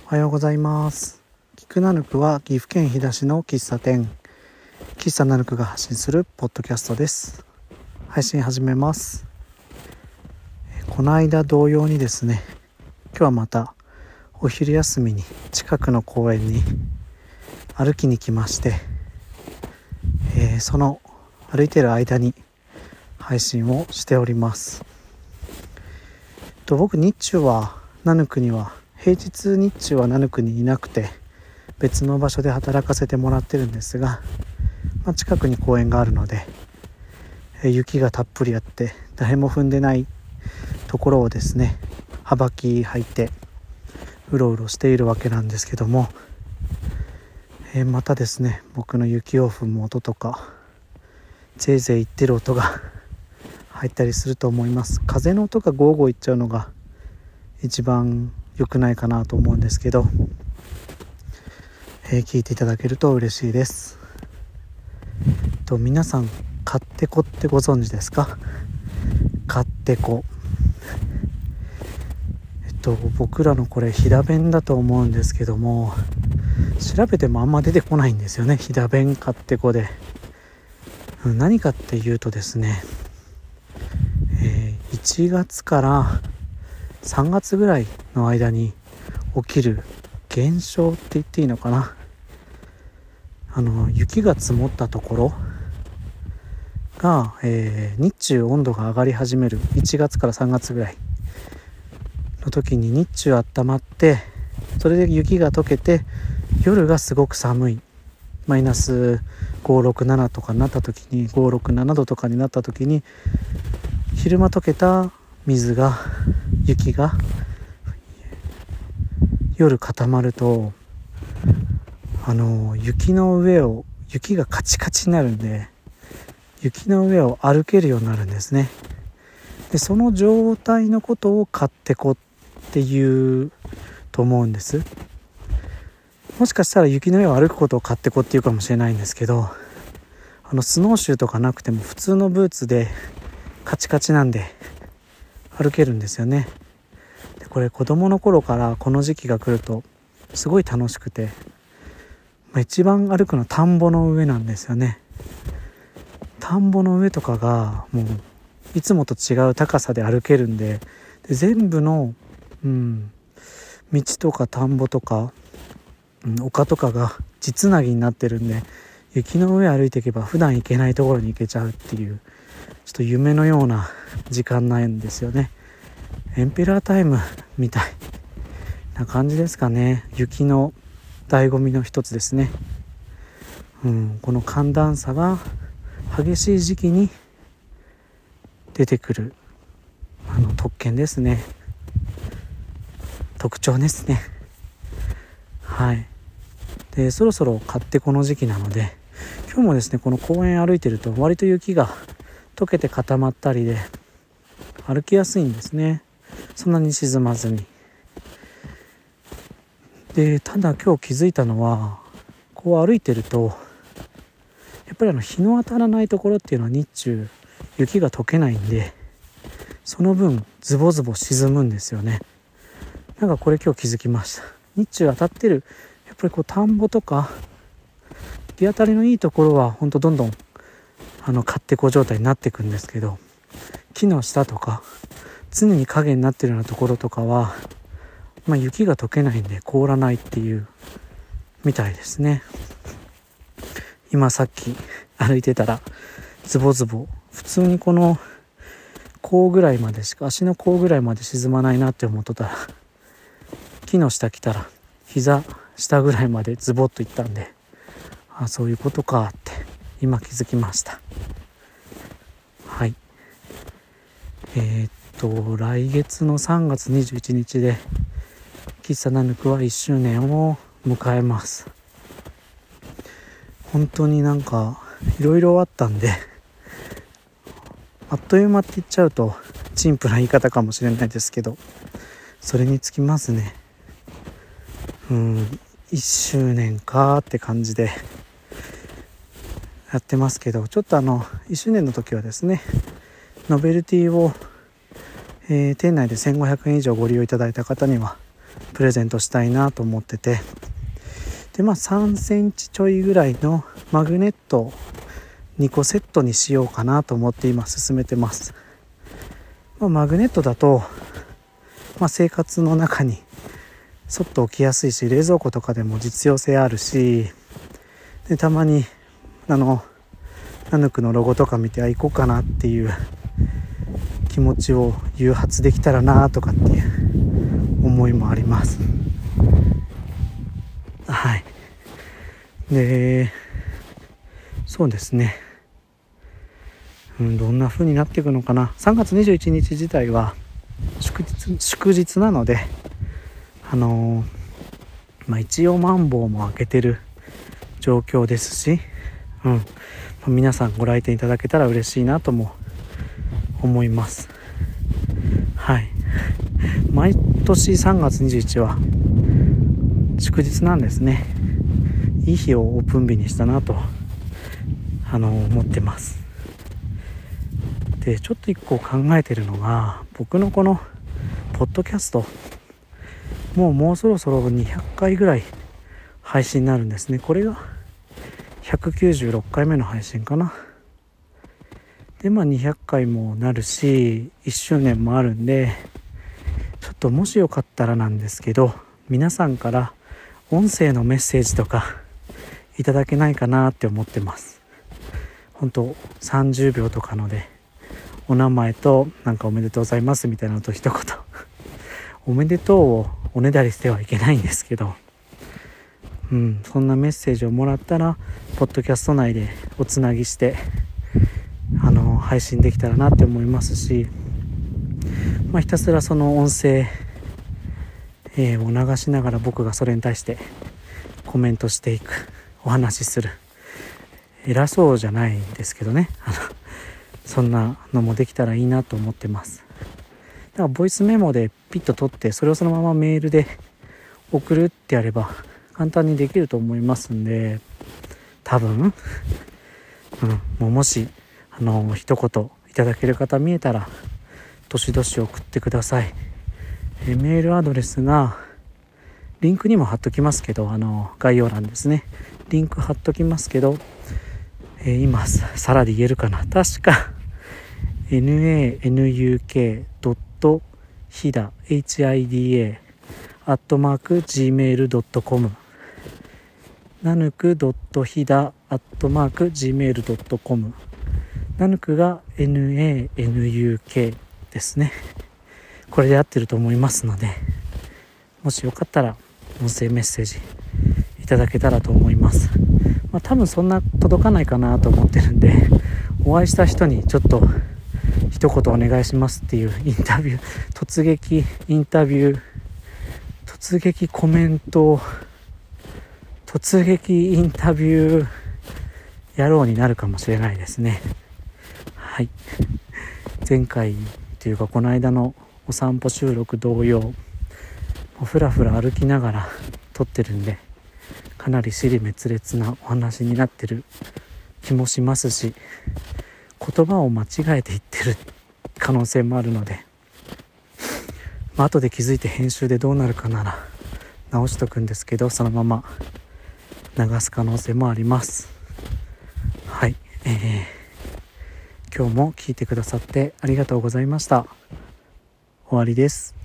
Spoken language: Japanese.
おはようございます。菊ナヌクは岐阜県飛騨市の喫茶店、喫茶ナヌクが発信するポッドキャストです。配信始めます。この間同様にですね、今日はまたお昼休みに近くの公園に歩きに来まして、その歩いている間に配信をしております。僕日中はナヌクには平日日中はナヌクにいなくて別の場所で働かせてもらってるんですが、近くに公園があるので、雪がたっぷりあって誰も踏んでないところをですね、幅き履いてうろうろしているわけなんですけども、またですね、僕の雪を踏む音とかぜいぜい言ってる音が入ったりすると思います。風の音がゴーゴーいっちゃうのが一番良くないかなと思うんですけど、聞いていただけると嬉しいです。皆さんカッテコってご存知ですか？カッテコ、僕らのこれ飛騨弁だと思うんですけども、調べてもあんま出てこないんですよね。飛騨弁カッテコで、何かっていうとですね、1月から3月ぐらいの間に起きる現象って言っていいのかな。雪が積もったところが、日中温度が上がり始める1月から3月ぐらいの時に日中温まって、それで雪が溶けて夜がすごく寒いマイナス567とかになった時に567度とかになった時に、昼間溶けた雪が夜固まると、雪がカチカチになるんで、雪の上を歩けるようになるんですね。でその状態のことをカッテコっていうと思うんです。もしかしたら雪の上を歩くことをカッテコっていうかもしれないんですけど、スノーシューとかなくても普通のブーツでカチカチなんで歩けるんですよね。でこれ子供の頃からこの時期が来るとすごい楽しくて、一番歩くのは田んぼの上なんですよね。田んぼの上とかがもういつもと違う高さで歩けるんで、全部の、道とか田んぼとか、丘とかが地つなぎになってるんで、雪の上歩いていけば普段行けないところに行けちゃうっていう、ちょっと夢のような時間なんですよね。エンペラータイムみたいな感じですかね。雪の醍醐味の一つですね。この寒暖差が激しい時期に出てくる特権ですね。特徴ですね。はい。でそろそろ買ってこの時期なので、今日もですねこの公園歩いてると割と雪が溶けて固まったりで歩きやすいんですね。そんなに沈まずに。でただ今日気づいたのは、こう歩いてるとやっぱり日の当たらないところっていうのは日中雪が溶けないんで、その分ズボズボ沈むんですよね。これ今日気づきました。日中当たってるやっぱり田んぼとか日当たりのいいところは本当どんどんカッテコ状態になっていくんですけど、木の下とか常に影になってるようなところとかは、雪が溶けないんで凍らないっていうみたいですね。今さっき歩いてたらズボズボ、普通にこの甲ぐらいまでしか、足の甲ぐらいまで沈まないなって思っとったら、木の下来たら膝下ぐらいまでズボッといったんで、そういうことかって今気づきました。はい。来月の3月21日で喫茶ナヌクは1周年を迎えます。本当にいろいろあったんで、あっという間って言っちゃうと陳腐な言い方かもしれないですけど、それにつきますね。1周年かって感じでやってますけど、ちょっと1周年の時はですね、ノベルティを、店内で1500円以上ご利用いただいた方にはプレゼントしたいなと思ってて、で3センチちょいぐらいのマグネットを2個セットにしようかなと思って今進めてます。マグネットだと、生活の中にそっと置きやすいし、冷蔵庫とかでも実用性あるし、でたまにナヌクのロゴとか見て行こうかなっていう気持ちを誘発できたらなとかっていう思いもあります。はい。で、そうですね、どんな風になっていくのかな。3月21日自体は祝日なので、一応マンボウも開けてる状況ですし、皆さんご来店いただけたら嬉しいなとも思います。はい。毎年3月21は祝日なんですね。いい日をオープン日にしたなと思ってます。で、ちょっと一個考えてるのが、僕のこのポッドキャストもうそろそろ200回ぐらい配信になるんですね。これが196回目の配信かな。で200回もなるし1周年もあるんで、ちょっともしよかったらなんですけど、皆さんから音声のメッセージとかいただけないかなって思ってます。本当30秒とかので、お名前とおめでとうございますみたいなのと一言おめでとうをおねだりしてはいけないんですけど、そんなメッセージをもらったらポッドキャスト内でおつなぎして配信できたらなって思いますし、ひたすらその音声、を流しながら僕がそれに対してコメントしていく、お話しする、偉そうじゃないんですけどね、そんなのもできたらいいなと思ってます。だからボイスメモでピッと取ってそれをそのままメールで送るってやれば簡単にできると思いますんで、多分、もし一言いただける方見えたらどしどし送ってください。メールアドレスがリンクにも貼っときますけど、概要欄ですね、リンク貼っときますけど、今さらで言えるかな、確かnanuk.hida@gmail.com nanuk.hida@gmail.com ナヌクが NANUK ですね。これで合ってると思いますので、もしよかったら音声メッセージいただけたらと思います。多分そんな届かないかなと思ってるんで、お会いした人にちょっと一言お願いしますっていうインタビュー、突撃インタビュー、突撃コメント、突撃インタビュー野郎になるかもしれないですね。はい。前回というかこの間のお散歩収録同様、ふらふら歩きながら撮ってるんで、かなり支離滅裂なお話になってる気もしますし、言葉を間違えて言ってる可能性もあるので、後で気づいて編集でどうなるかなら直しとくんですけど、そのまま流す可能性もあります。はい、今日も聞いてくださってありがとうございました。終わりです。